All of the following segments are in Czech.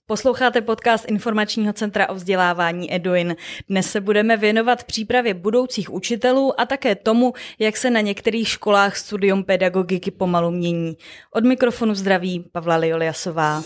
Posloucháte podcast Informačního centra o vzdělávání EduIn. Dnes se budeme věnovat přípravě budoucích učitelů a také tomu, jak se na některých školách studium pedagogiky pomalu mění. Od mikrofonu zdraví Pavla Lioliasová.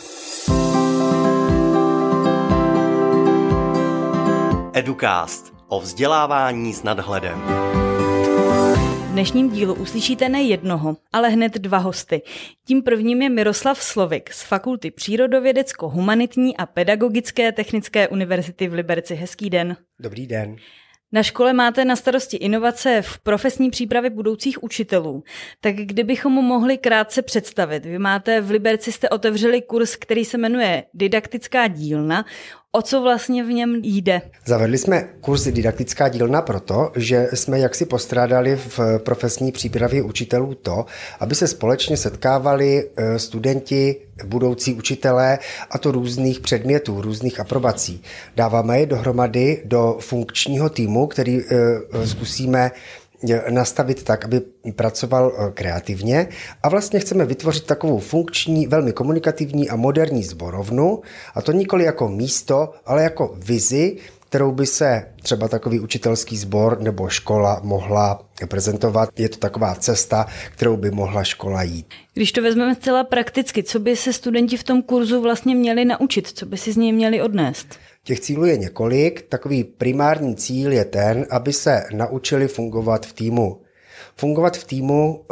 Educast o vzdělávání s nadhledem. V dnešním dílu uslyšíte ne jednoho, ale hned dva hosty. Tím prvním je Miroslav Slovik z Fakulty přírodovědecko-humanitní a pedagogické technické univerzity v Liberci. Hezký den. Dobrý den. Na škole máte na starosti inovace v profesní přípravě budoucích učitelů. Tak kdybychom mohli krátce představit. Vy máte v Liberci, jste otevřeli kurz, který se jmenuje Didaktická dílna. O co vlastně v něm jde? Zavedli jsme kurz Didaktická dílna proto, že jsme jaksi postrádali v profesní přípravě učitelů to, aby se společně setkávali studenti, budoucí učitelé, a to různých předmětů, různých aprobací. Dáváme je dohromady do funkčního týmu, který zkusíme nastavit tak, aby pracoval kreativně, a vlastně chceme vytvořit takovou funkční, velmi komunikativní a moderní sborovnu, a to nikoli jako místo, ale jako vizi, kterou by se třeba takový učitelský sbor nebo škola mohla prezentovat. Je to taková cesta, kterou by mohla škola jít. Když to vezmeme zcela prakticky, co by se studenti v tom kurzu vlastně měli naučit? Co by si z něj měli odnést? Těch cílů je několik. Takový primární cíl je ten, aby se naučili fungovat v týmu. Fungovat v týmu,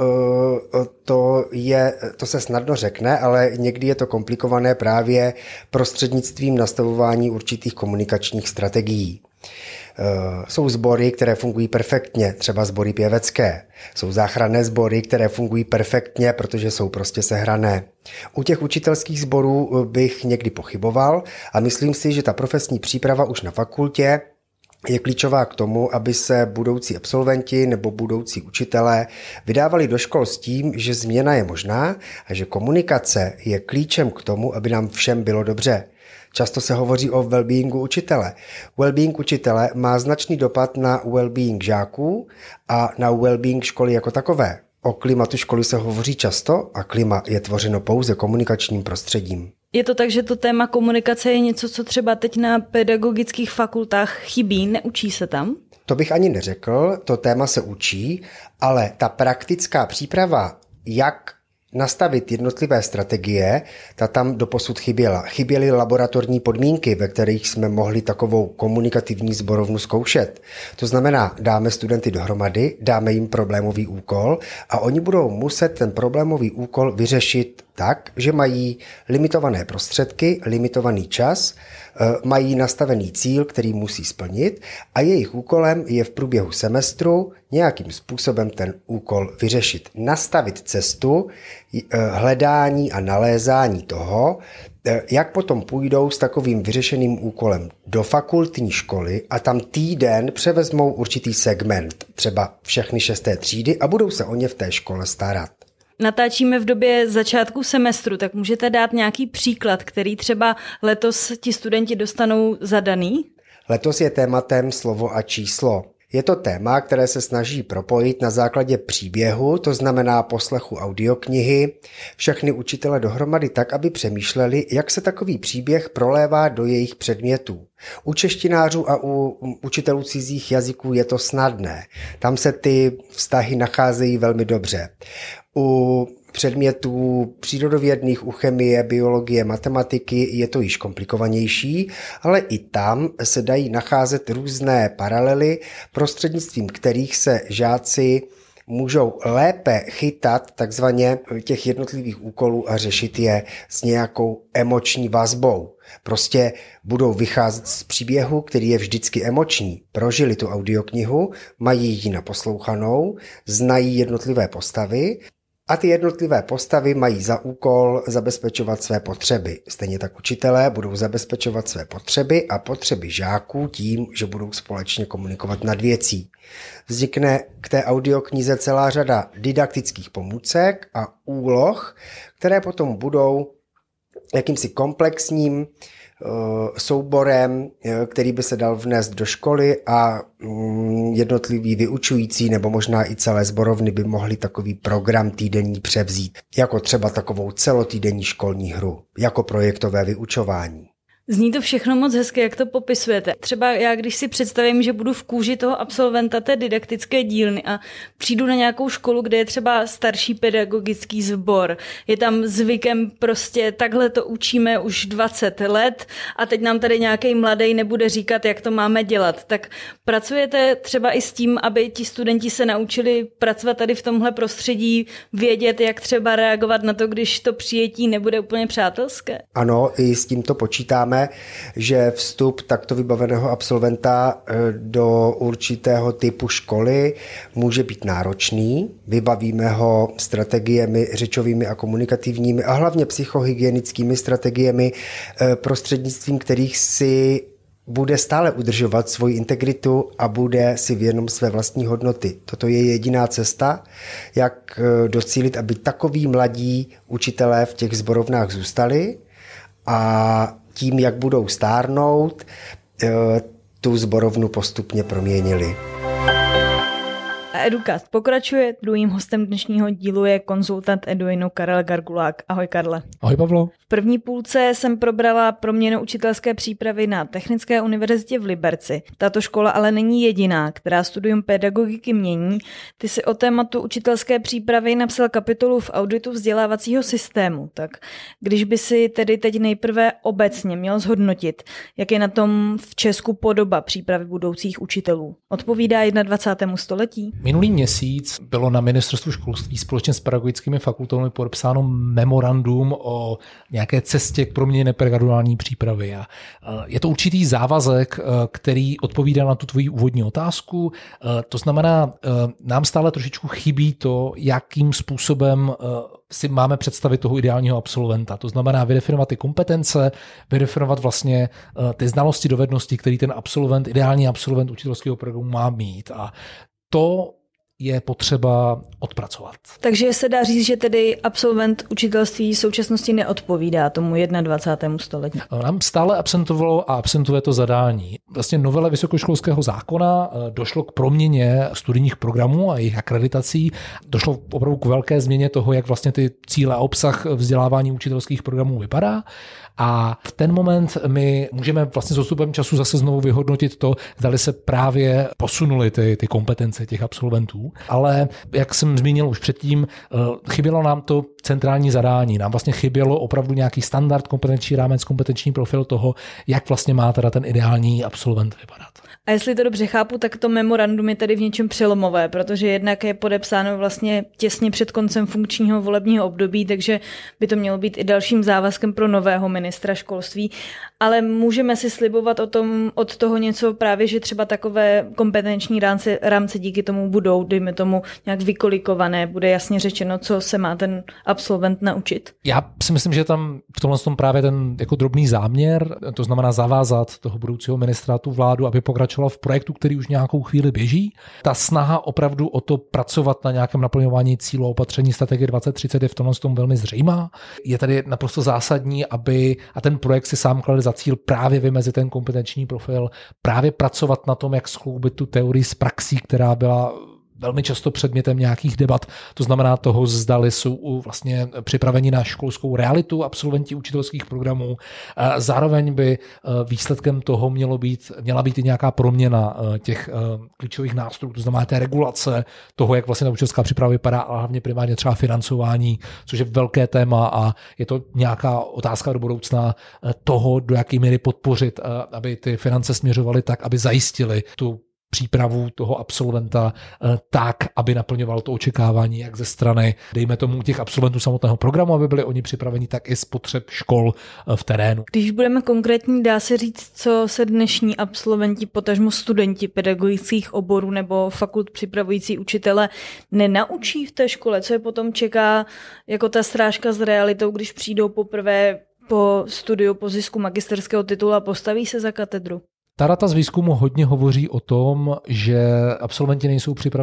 to se snadno řekne, ale někdy je to komplikované právě prostřednictvím nastavování určitých komunikačních strategií. Jsou sbory, které fungují perfektně, třeba sbory pěvecké. Jsou záchranné sbory, které fungují perfektně, protože jsou prostě sehrané. U těch učitelských sborů bych někdy pochyboval a myslím si, že ta profesní příprava už na fakultě je klíčová k tomu, aby se budoucí absolventi nebo budoucí učitelé vydávali do škol s tím, že změna je možná a že komunikace je klíčem k tomu, aby nám všem bylo dobře. Často se hovoří o well-beingu učitele. Well-being učitele má značný dopad na well-being žáků a na well-being školy jako takové. O klimatu školy se hovoří často a klima je tvořeno pouze komunikačním prostředím. Je to tak, že to téma komunikace je něco, co třeba teď na pedagogických fakultách chybí, neučí se tam? To bych ani neřekl, to téma se učí, ale ta praktická příprava, jak nastavit jednotlivé strategie, ta tam doposud chyběla. Chyběly laboratorní podmínky, ve kterých jsme mohli takovou komunikativní sborovnu zkoušet. To znamená, dáme studenty dohromady, dáme jim problémový úkol a oni budou muset ten problémový úkol vyřešit tak, že mají limitované prostředky, limitovaný čas, mají nastavený cíl, který musí splnit, a jejich úkolem je v průběhu semestru nějakým způsobem ten úkol vyřešit. Nastavit cestu hledání a nalézání toho, jak potom půjdou s takovým vyřešeným úkolem do fakultní školy a tam týden převezmou určitý segment, třeba všechny 6. třídy, a budou se o ně v té škole starat. Natáčíme v době začátku semestru, tak můžete dát nějaký příklad, který třeba letos ti studenti dostanou zadaný? Letos je tématem slovo a číslo. Je to téma, které se snaží propojit na základě příběhu, to znamená poslechu audioknihy, všechny učitele dohromady tak, aby přemýšleli, jak se takový příběh prolévá do jejich předmětů. U češtinářů a u učitelů cizích jazyků je to snadné. Tam se ty vztahy nacházejí velmi dobře. U předmětů přírodovědných, u chemie, biologie, matematiky je to již komplikovanější, ale i tam se dají nacházet různé paralely, prostřednictvím kterých se žáci můžou lépe chytat takzvaně těch jednotlivých úkolů a řešit je s nějakou emoční vazbou. Prostě budou vycházet z příběhu, který je vždycky emoční. Prožili tu audioknihu, mají ji naposlouchanou, znají jednotlivé postavy a ty jednotlivé postavy mají za úkol zabezpečovat své potřeby. Stejně tak učitelé budou zabezpečovat své potřeby a potřeby žáků tím, že budou společně komunikovat nad věcí. Vznikne k té audioknize celá řada didaktických pomůcek a úloh, které potom budou jakýmsi komplexním souborem, který by se dal vnést do školy, a jednotliví vyučující nebo možná i celé sborovny by mohli takový program týdenní převzít, jako třeba takovou celotýdenní školní hru, jako projektové vyučování. Zní to všechno moc hezky, jak to popisujete. Třeba já, když si představím, že budu v kůži toho absolventa té didaktické dílny a přijdu na nějakou školu, kde je třeba starší pedagogický sbor, je tam zvykem prostě takhle to učíme už 20 let a teď nám tady nějaký mladý nebude říkat, jak to máme dělat. Tak pracujete třeba i s tím, aby ti studenti se naučili pracovat tady v tomhle prostředí, vědět, jak třeba reagovat na to, když to přijetí nebude úplně přátelské? Ano, i s tímto počítáme, že vstup takto vybaveného absolventa do určitého typu školy může být náročný. Vybavíme ho strategiemi řečovými a komunikativními a hlavně psychohygienickými strategiemi, prostřednictvím kterých si bude stále udržovat svoji integritu a bude si vědom své vlastní hodnoty. Toto je jediná cesta, jak docílit, aby takoví mladí učitelé v těch sborovnách zůstali a tím, jak budou stárnout, tu sborovnu postupně proměnili. Educast pokračuje. Druhým hostem dnešního dílu je konzultant Eduinu Karel Gargulák. Ahoj Karle. Ahoj Pavlo. V první půlce jsem probrala proměnu učitelské přípravy na Technické univerzitě v Liberci. Tato škola ale není jediná, která studium pedagogiky mění. Ty si o tématu učitelské přípravy napsal kapitolu v auditu vzdělávacího systému. Tak když by si tedy teď nejprve obecně měl zhodnotit, jak je na tom v Česku podoba přípravy budoucích učitelů. Odpovídá 21. století? Minulý měsíc bylo na Ministerstvu školství společně s pedagogickými fakultami podepsáno memorandum o nějaké cestě k proměně pregraduální přípravy. A je to určitý závazek, který odpovídá na tu tvoji úvodní otázku. To znamená, nám stále trošičku chybí to, jakým způsobem si máme představit toho ideálního absolventa. To znamená vydefinovat ty kompetence, vydefinovat vlastně ty znalosti, dovednosti, který ten absolvent, ideální absolvent učitelského programu má mít. A to je potřeba odpracovat. Takže se dá říct, že tedy absolvent učitelství v současnosti neodpovídá tomu 21. století. Nám stále absentovalo a absentuje to zadání. Vlastně novele vysokoškolského zákona došlo k proměně studijních programů a jejich akreditací. Došlo opravdu k velké změně toho, jak vlastně ty cíle a obsah vzdělávání učitelských programů vypadá. A v ten moment my můžeme vlastně s odstupem času zase znovu vyhodnotit to, zdali se právě posunuly ty kompetence těch absolventů. Ale jak jsem zmínil už předtím, chybělo nám to centrální zadání. Nám vlastně chybělo opravdu nějaký standard, kompetenční rámec, kompetenční profil toho, jak vlastně má teda ten ideální absolvent vypadat. A jestli to dobře chápu, tak to memorandum je tady v něčem přelomové, protože jednak je podepsáno vlastně těsně před koncem funkčního volebního období, takže by to mělo být i dalším závazkem pro nového ministra školství. Ale můžeme si slibovat od toho něco právě, že třeba takové kompetenční rámce díky tomu budou, dejme tomu, nějak vykolikované, bude jasně řečeno, co se má ten absolvent naučit. Já si myslím, že tam v tomhle tom právě ten jako drobný záměr, to znamená zavázat toho budoucího ministra, tu vládu, aby pokračoval v projektu, který už nějakou chvíli běží. Ta snaha opravdu o to pracovat na nějakém naplňování cílů a opatření strategie 2030 je v tomhle tom velmi zřejmá. Je tady naprosto zásadní, aby a ten projekt si sám kladl za cíl právě vymezit ten kompetenční profil, právě pracovat na tom, jak skloubit tu teorii s praxí, která byla velmi často předmětem nějakých debat. To znamená toho, zdali jsou vlastně připraveni na školskou realitu absolventi učitelských programů. Zároveň by výsledkem toho měla být i nějaká proměna těch klíčových nástrojů, to znamená té regulace toho, jak vlastně ta učitelská příprava vypadá, ale hlavně primárně třeba financování, což je velké téma a je to nějaká otázka do budoucna toho, do jaké míry podpořit, aby ty finance směřovaly tak, aby zajistili tu přípravu toho absolventa tak, aby naplňoval to očekávání jak ze strany, dejme tomu, těch absolventů samotného programu, aby byli oni připraveni, tak i z potřeb škol v terénu. Když budeme konkrétní, dá se říct, co se dnešní absolventi, potažmo studenti pedagogických oborů nebo fakult připravující učitele nenaučí v té škole, co je potom čeká jako ta srážka s realitou, když přijdou poprvé po studiu, po zisku magisterského titulu a postaví se za katedru? Ta data z výzkumu hodně hovoří o tom, že absolventi nejsou připraveni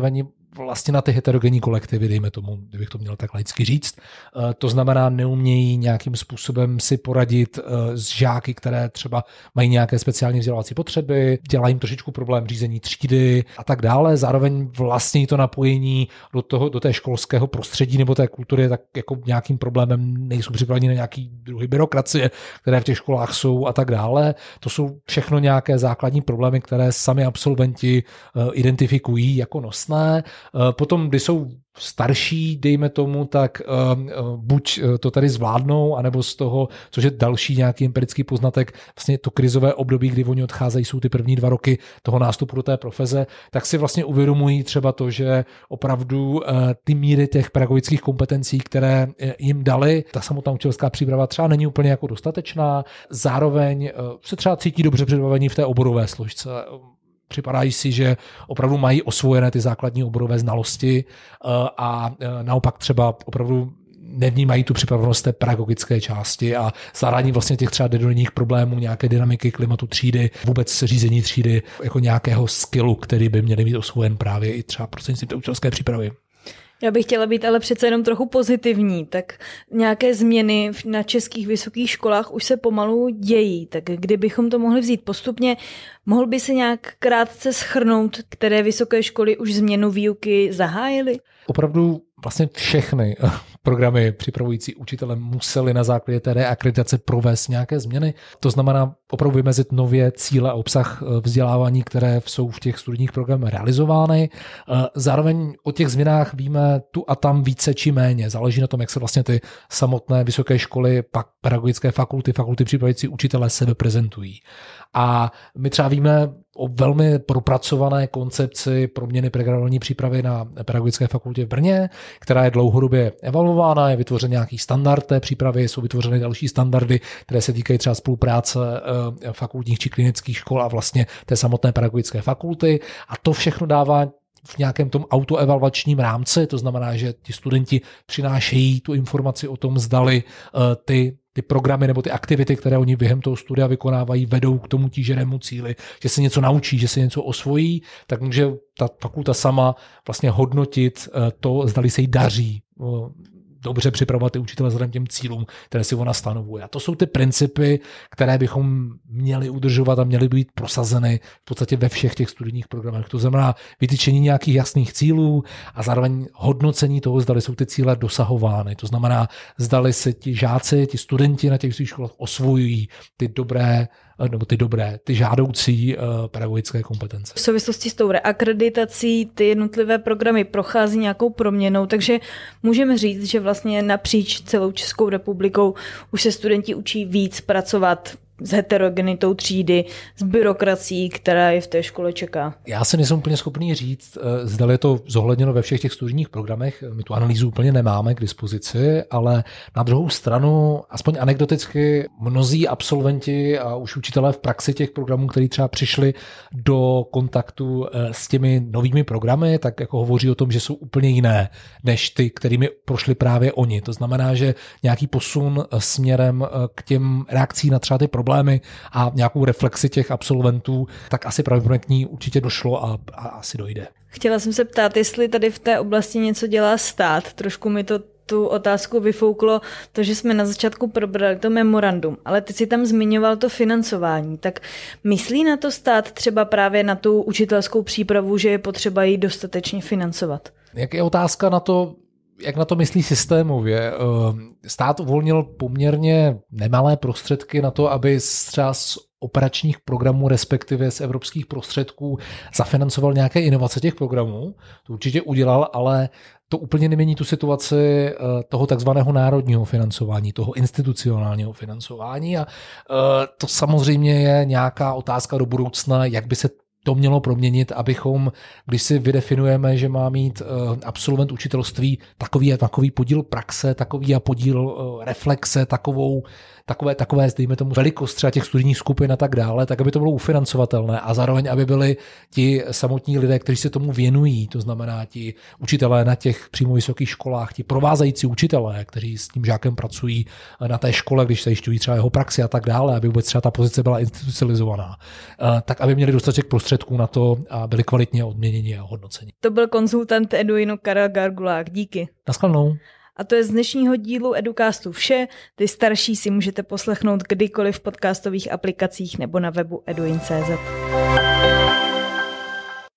vlastně na ty heterogenní kolektivy, dejme tomu, kdybych to měl tak laicky říct. To znamená, neumějí nějakým způsobem si poradit s žáky, které třeba mají nějaké speciální vzdělávací potřeby, dělají jim trošičku problém řízení třídy a tak dále. Zároveň vlastně to napojení do té školského prostředí nebo té kultury tak jako nějakým problémem nejsou připraveni na nějaký druhy byrokracie, které v těch školách jsou a tak dále. To jsou všechno nějaké základní problémy, které sami absolventi identifikují jako nosné. Potom, když jsou starší, dejme tomu, tak buď to tady zvládnou, anebo z toho, což je další nějaký empirický poznatek, vlastně to krizové období, kdy oni odcházejí, jsou ty první 2 roky toho nástupu do té profese, tak si vlastně uvědomují třeba to, že opravdu ty míry těch pedagogických kompetencí, které jim dali, ta samotná učitelská příprava třeba není úplně jako dostatečná, zároveň se třeba cítí dobře připravení v té oborové složce. Připadají si, že opravdu mají osvojené ty základní oborové znalosti a naopak třeba opravdu nevnímají tu připravenost té pedagogické části a zarání vlastně těch třeba denodenních problémů, nějaké dynamiky klimatu třídy, vůbec řízení třídy jako nějakého skillu, který by měli mít osvojen právě i třeba prostřednictvím té učitelské přípravy. Já bych chtěla být ale přece jenom trochu pozitivní, tak nějaké změny na českých vysokých školách už se pomalu dějí, tak kdybychom to mohli vzít postupně, mohl by se nějak krátce shrnout, které vysoké školy už změnu výuky zahájily? Opravdu vlastně všechny programy připravující učitele museli na základě té reakreditace provést nějaké změny. To znamená opravdu vymezit nově cíle a obsah vzdělávání, které jsou v těch studijních programech realizovány. Zároveň o těch změnách víme tu a tam více či méně. Záleží na tom, jak se vlastně ty samotné vysoké školy, pak pedagogické fakulty připravující učitele sebe prezentují. A my třeba víme o velmi propracované koncepci proměny pregraduální přípravy na pedagogické fakultě v Brně, která je dlouhodobě evaluována, je vytvořen nějaký standard té přípravy, jsou vytvořeny další standardy, které se týkají třeba spolupráce fakultních či klinických škol a vlastně té samotné pedagogické fakulty. A to všechno dává v nějakém tom autoevaluačním rámci, to znamená, že ti studenti přinášejí tu informaci o tom, zdali ty programy nebo ty aktivity, které oni během toho studia vykonávají, vedou k tomu tíženému cíli, že se něco naučí, že se něco osvojí, tak může ta fakulta sama vlastně hodnotit to, zdali se jí daří dobře připravovat ty učitele vzhledem těm cílům, které si ona stanovuje. A to jsou ty principy, které bychom měli udržovat a měly být prosazeny v podstatě ve všech těch studijních programech. To znamená vytyčení nějakých jasných cílů a zároveň hodnocení toho, zdali jsou ty cíle dosahovány. To znamená, zdali se ti žáci, ti studenti na těch školách osvojují ty žádoucí pedagogické kompetence. V souvislosti s tou reakreditací ty jednotlivé programy prochází nějakou proměnou, takže můžeme říct, že vlastně napříč celou Českou republikou už se studenti učí víc pracovat s heterogenitou třídy, s byrokracií, která je v té škole čeká. Já si nejsem úplně schopný říct, zda je to zohledněno ve všech těch studijních programech. My tu analýzu úplně nemáme k dispozici, ale na druhou stranu, aspoň anekdoticky, mnozí absolventi a už učitelé v praxi těch programů, kteří třeba přišli do kontaktu s těmi novými programy, tak jako hovoří o tom, že jsou úplně jiné než ty, kterými prošli právě oni. To znamená, že nějaký posun směrem k těm reakcí na třeba ty problémy a nějakou reflexi těch absolventů, tak asi pravděpodobně k ní určitě došlo a asi dojde. Chtěla jsem se ptát, jestli tady v té oblasti něco dělá stát. Trošku mi to tu otázku vyfouklo to, že jsme na začátku probrali to memorandum, ale ty si tam zmiňoval to financování. Tak myslí na to stát třeba právě na tu učitelskou přípravu, že je potřeba ji dostatečně financovat? Jak je otázka na to, jak na to myslí systémově? Stát uvolnil poměrně nemalé prostředky na to, aby třeba z operačních programů, respektive z evropských prostředků zafinancoval nějaké inovace těch programů. To určitě udělal, ale to úplně nemění tu situaci toho takzvaného národního financování, toho institucionálního financování. A to samozřejmě je nějaká otázka do budoucna, jak by se to mělo proměnit, abychom, když si vydefinujeme, že má mít absolvent učitelství takový a takový podíl praxe, takový a podíl reflexe, takové, dejme tomu, velikost třeba těch studijních skupin a tak dále, tak aby to bylo ufinancovatelné a zároveň, aby byli ti samotní lidé, kteří se tomu věnují, to znamená ti učitelé na těch přímo vysokých školách, ti provázející učitelé, kteří s tím žákem pracují na té škole, když zajišťují třeba jeho praxi a tak dále, aby vůbec třeba ta pozice byla institucionalizovaná, tak aby měli dostatek prostředků prostředků na to a byli kvalitně odměněni a hodnoceni. To byl konzultant Eduinu Karel Gargulák. Díky. Naschledanou. A to je z dnešního dílu Educastu vše. Ty starší si můžete poslechnout kdykoliv v podcastových aplikacích nebo na webu eduin.cz.